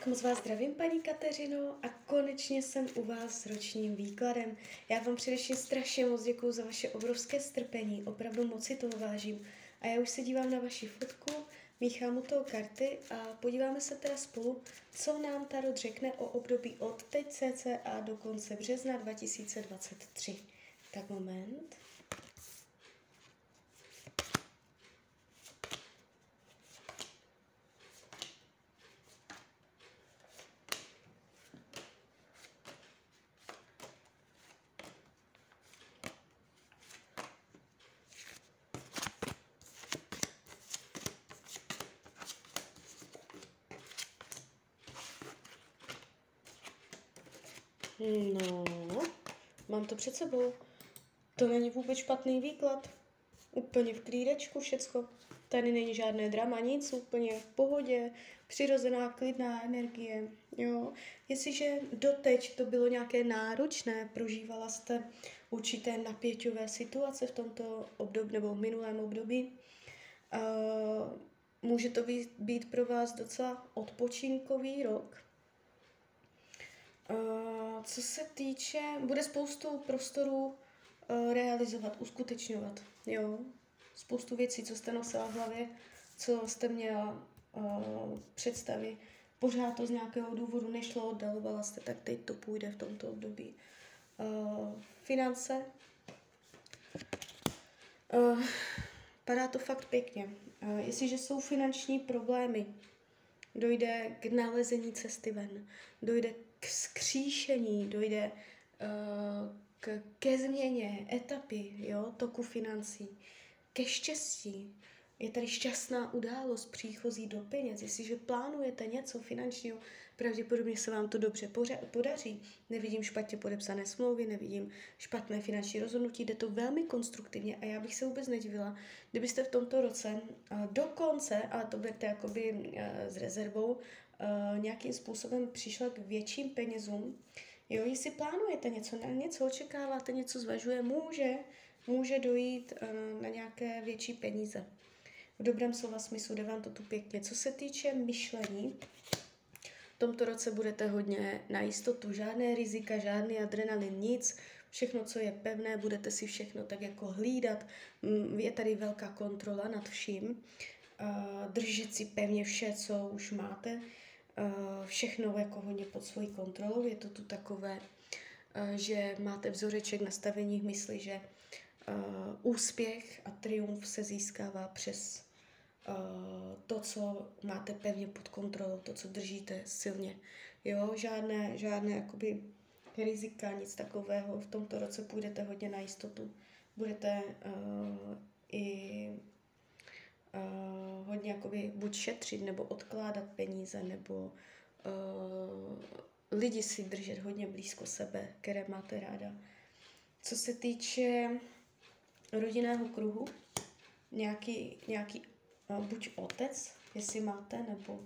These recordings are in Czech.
Tak moc vás zdravím, paní Kateřino, a konečně jsem u vás s ročním výkladem. Já vám především strašně moc děkuju za vaše obrovské strpení, opravdu moc si toho vážím. A já už se dívám na vaši fotku, míchám u toho karty a podíváme se teda spolu, co nám Tarot řekne o období od teď cca do konce března 2023. Tak moment. No, mám to před sebou. To není vůbec špatný výklad. Úplně v klídečku všecko. Tady není žádné drama, nic, úplně v pohodě, přirozená, klidná energie. Jo. Jestliže doteď to bylo nějaké náročné, prožívala jste určité napěťové situace v tomto období nebo v minulém období, může to být pro vás docela odpočinkový rok. Co se týče, bude spoustu prostorů realizovat, uskutečňovat, jo. Spoustu věcí, co jste nosila v hlavě, co jste měla představy. Pořád to z nějakého důvodu nešlo, oddalovala jste, tak teď to půjde v tomto období. Finance. Padá to fakt pěkně. Jestliže jsou finanční problémy, dojde k nalezení cesty ven, dojde k skříšení, dojde ke změně etapy, jo, toku financí, ke štěstí. Je tady šťastná událost příchozí do peněz. Jestliže plánujete něco finančního, pravděpodobně se vám to dobře podaří. Nevidím špatně podepsané smlouvy, nevidím špatné finanční rozhodnutí, jde to velmi konstruktivně a já bych se vůbec nedivila, kdybyste v tomto roce dokonce, ale to berte jakoby s rezervou, nějakým způsobem přišla k větším penězům. Jo, jestli plánujete něco očekáváte, něco zvažuje, může dojít na nějaké větší peníze. V dobrém slova smyslu jde vám to tu pěkně. Co se týče myšlení, v tomto roce budete hodně na jistotu, žádné rizika, žádný adrenalin, nic, všechno, co je pevné, budete si všechno tak jako hlídat, je tady velká kontrola nad vším, držet si pevně vše, co už máte, všechno jako hodně pod svojí kontrolou, je to tu takové, že máte vzoreček nastavení v mysli, že úspěch a triumf se získává přes to, co máte pevně pod kontrolou, to, co držíte silně. Jo, žádné jakoby rizika, nic takového. V tomto roce půjdete hodně na jistotu. Budete hodně jakoby buď šetřit, nebo odkládat peníze, nebo lidi si držet hodně blízko sebe, které máte ráda. Co se týče rodinného kruhu, nějaký buď otec, jestli máte, nebo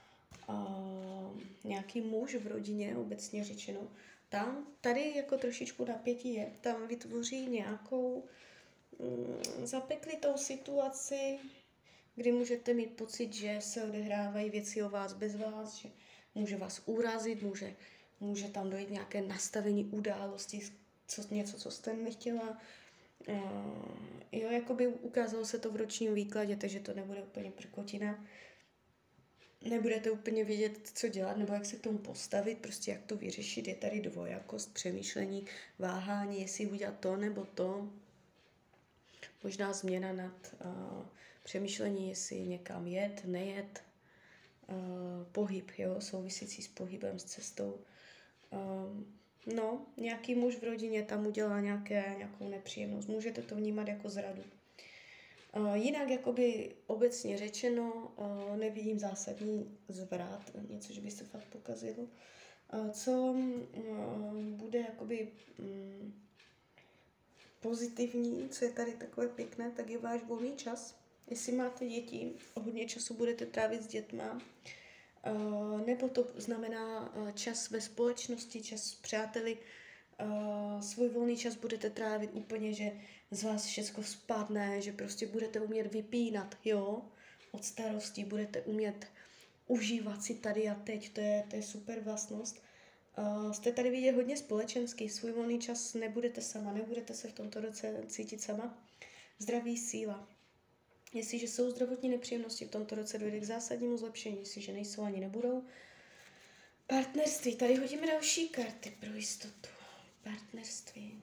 nějaký muž v rodině, obecně řečeno, tady jako trošičku napětí je, tam vytvoří nějakou zapeklitou situaci, kdy můžete mít pocit, že se odehrávají věci o vás bez vás, že může vás urazit, může tam dojít nějaké nastavení události, něco, co jste nechtěla. Jo, jakoby ukázalo se to v ročním výkladě, takže to nebude úplně prkotina. Nebudete úplně vědět, co dělat, nebo jak se k tomu postavit, prostě jak to vyřešit. Je tady dvojakost, přemýšlení, váhání, jestli udělat to nebo to. Možná změna nad přemýšlení, jestli někam jet, nejet. Pohyb, jo, souvisící s pohybem, s cestou. Nějaký muž v rodině tam udělá nějakou nepříjemnost. Můžete to vnímat jako zradu. Jinak, jakoby obecně řečeno, nevidím zásadní zvrat, něco, že by se fakt pokazilo. Co bude jakoby pozitivní, co je tady takové pěkné, tak je váš volný čas. Jestli máte děti, hodně času budete trávit s dětma, nebo to znamená čas ve společnosti, čas s přáteli, svůj volný čas budete trávit úplně, že z vás všechno spadne, že prostě budete umět vypínat, jo, od starostí, budete umět užívat si tady a teď, to je super vlastnost. Jste tady vidět hodně společensky, svůj volný čas nebudete sama, nebudete se v tomto roce cítit sama. Zdraví, síla. Jestliže jsou zdravotní nepříjemnosti v tomto roce, dojde k zásadnímu zlepšení, jestliže nejsou ani nebudou. Partnerství, tady hodíme další karty pro jistotu. Partnerství.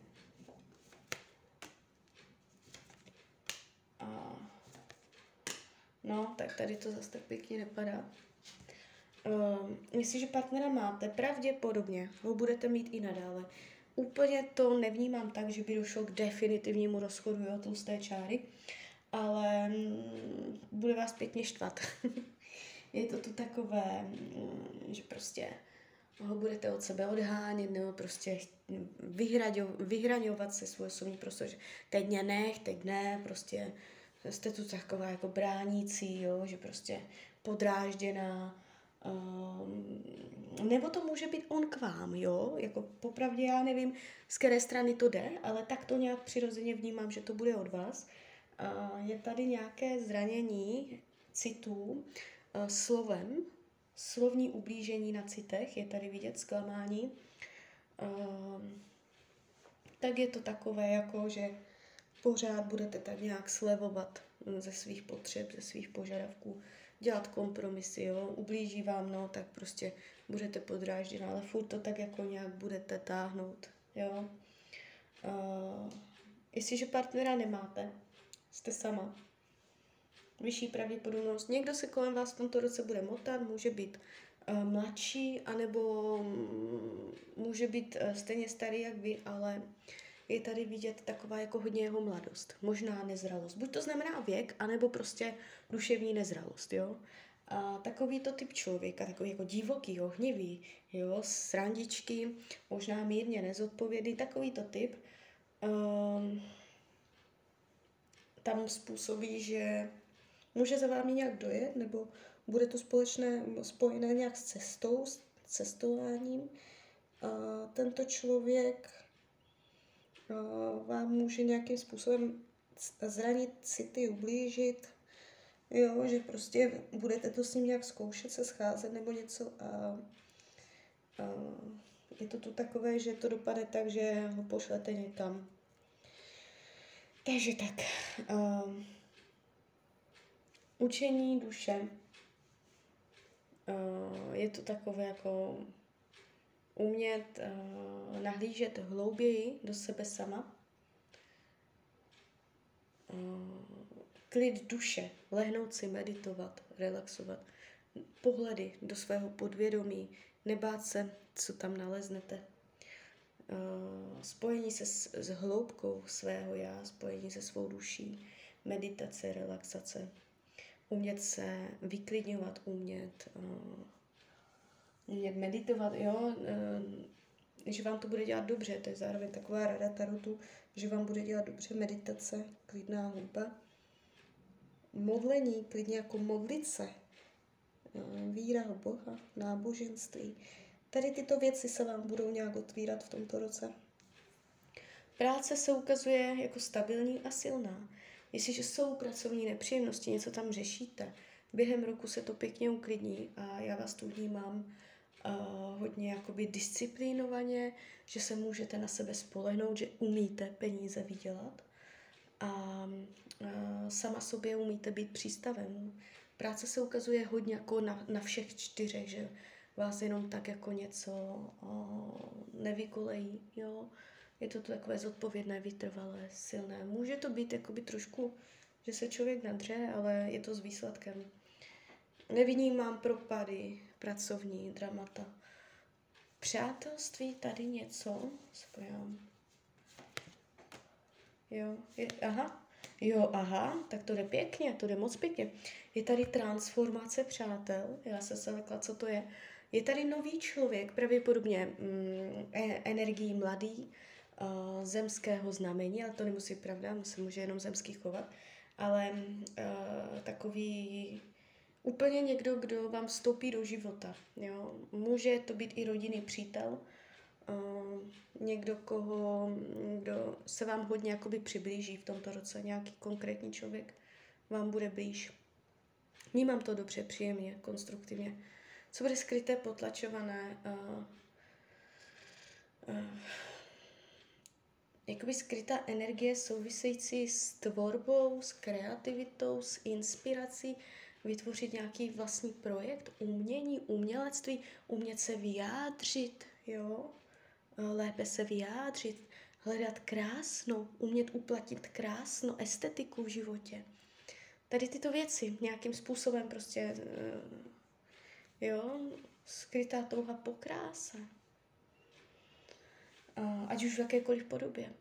No, tak tady to zase tak pěkně nepadá. Jestliže partnera máte, pravděpodobně ho budete mít i nadále. Úplně to nevnímám tak, že by došlo k definitivnímu rozchodu, jo, tlusté čáry, ale bude vás pěkně štvat. Je to tu takové, že prostě ho budete od sebe odhánět, nebo prostě vyhraňovat se svůj osobní prostor, že teď mě nech, teď ne, prostě jste tu taková jako bránící, jo, že prostě podrážděná, nebo to může být on k vám, jo, jako popravdě já nevím, z které strany to jde, ale tak to nějak přirozeně vnímám, že to bude od vás. Je tady nějaké zranění citů slovem, slovní ublížení na citech, je tady vidět zklamání, tak je to takové, jako že pořád budete tak nějak slevovat ze svých potřeb, ze svých požadavků, dělat kompromisy, jo, ublíží vám, no, tak prostě budete podrážděna, ale furt to tak jako nějak budete táhnout, jo. Jestliže partnera nemáte, jste sama, vyšší pravděpodobnost, někdo se kolem vás v tomto roce bude motat, může být mladší, anebo může být stejně starý jak vy, ale je tady vidět taková jako hodně jeho mladost, možná nezralost. Buď to znamená věk, anebo prostě duševní nezralost, jo. A takový to typ člověka, takový jako divoký, ohnivý, jo, srandičky, možná mírně nezodpovědný, takový to typ, tam způsobí, že může za vámi nějak dojet, nebo bude to spojené nějak s cestou, s cestováním. Tento člověk vám může nějakým způsobem zranit city, ublížit, jo, že prostě budete to s ním nějak zkoušet se scházet nebo něco a je to tu takové, že to dopadne tak, že ho pošlete někam. Takže tak. Učení duše. Je to takové jako umět nahlížet hlouběji do sebe sama. Klid duše, lehnout si, meditovat, relaxovat. Pohledy do svého podvědomí, nebát se, co tam naleznete. Spojení se s hloubkou svého já, spojení se svou duší, meditace, relaxace. Umět se vyklidňovat, umět meditovat, jo, že vám to bude dělat dobře, to je zároveň taková rada tarotu, že vám bude dělat dobře meditace, klidná hudba, modlení, klidně jako modlit se, víra v Boha, náboženství. Tady tyto věci se vám budou nějak otvírat v tomto roce. Práce se ukazuje jako stabilní a silná. Jestliže jsou pracovní nepříjemnosti, něco tam řešíte, během roku se to pěkně uklidní a já vás tu vnímám hodně jakoby disciplinovaně, že se můžete na sebe spolehnout, že umíte peníze vydělat a sama sobě umíte být přístavem. Práce se ukazuje hodně jako na všech čtyřech, že vás jenom tak jako něco nevykolejí, jo. Je to takové zodpovědné, vytrvalé, silné. Může to být jakoby trošku, že se člověk nadře, ale je to s výsledkem. Nevnímám propady, pracovní dramata. Přátelství, tady něco, spojám. Aha, tak to jde pěkně, to jde moc pěkně. Je tady transformace přátel, já jsem se lekla, co to je. Je tady nový člověk, pravděpodobně energií mladý, zemského znamení, ale to nemusí být pravda, se může jenom zemský chovat, ale takový úplně někdo, kdo vám vstoupí do života. Jo? Může to být i rodinný přítel, někdo, kdo se vám hodně jakoby přiblíží v tomto roce, nějaký konkrétní člověk vám bude blíž. Vnímám to dobře, příjemně, konstruktivně. Co bude skryté, potlačované, jakoby skrytá energie související s tvorbou, s kreativitou, s inspirací, vytvořit nějaký vlastní projekt, umění, umělectví, umět se vyjádřit, jo, lépe se vyjádřit, hledat krásno, umět uplatnit krásno, estetiku v životě. Tady tyto věci nějakým způsobem prostě, jo, skrytá touha po kráse. Ať už v jakékoliv podobě.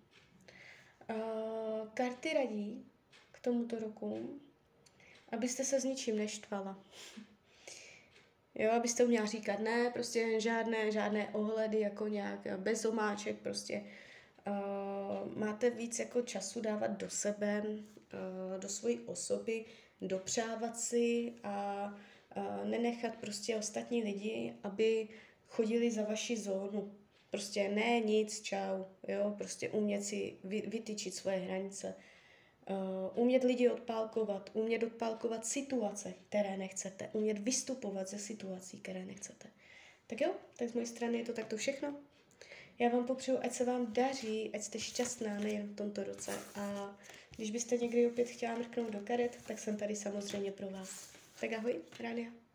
Karty radí k tomuto roku, abyste se s ničím neštvala. Jo, abyste uměla říkat ne, prostě žádné ohledy, jako nějak bez omáček, prostě máte víc jako času dávat do sebe, do svojí osoby, dopřávat si a nenechat prostě ostatní lidi, aby chodili za vaši zónu. Prostě ne, nic, čau, jo, prostě umět si vytyčit svoje hranice, umět lidi odpálkovat, umět odpálkovat situace, které nechcete, umět vystupovat ze situací, které nechcete. Tak jo, tak z mojej strany je to takto všechno. Já vám popřeju, ať se vám daří, ať jste šťastná nejen v tomto roce a když byste někdy opět chtěla mrknout do karet, tak jsem tady samozřejmě pro vás. Tak ahoj, Rádia.